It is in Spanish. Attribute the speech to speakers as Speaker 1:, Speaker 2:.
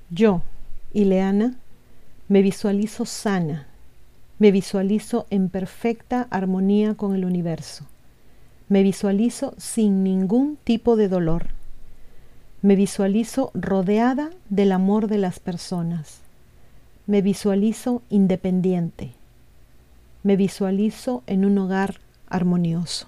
Speaker 1: Yo, Ileana, me visualizo sana, me visualizo en perfecta armonía con el universo, me visualizo sin ningún tipo de dolor, me visualizo rodeada del amor de las personas, me visualizo independiente, me visualizo en un hogar armonioso.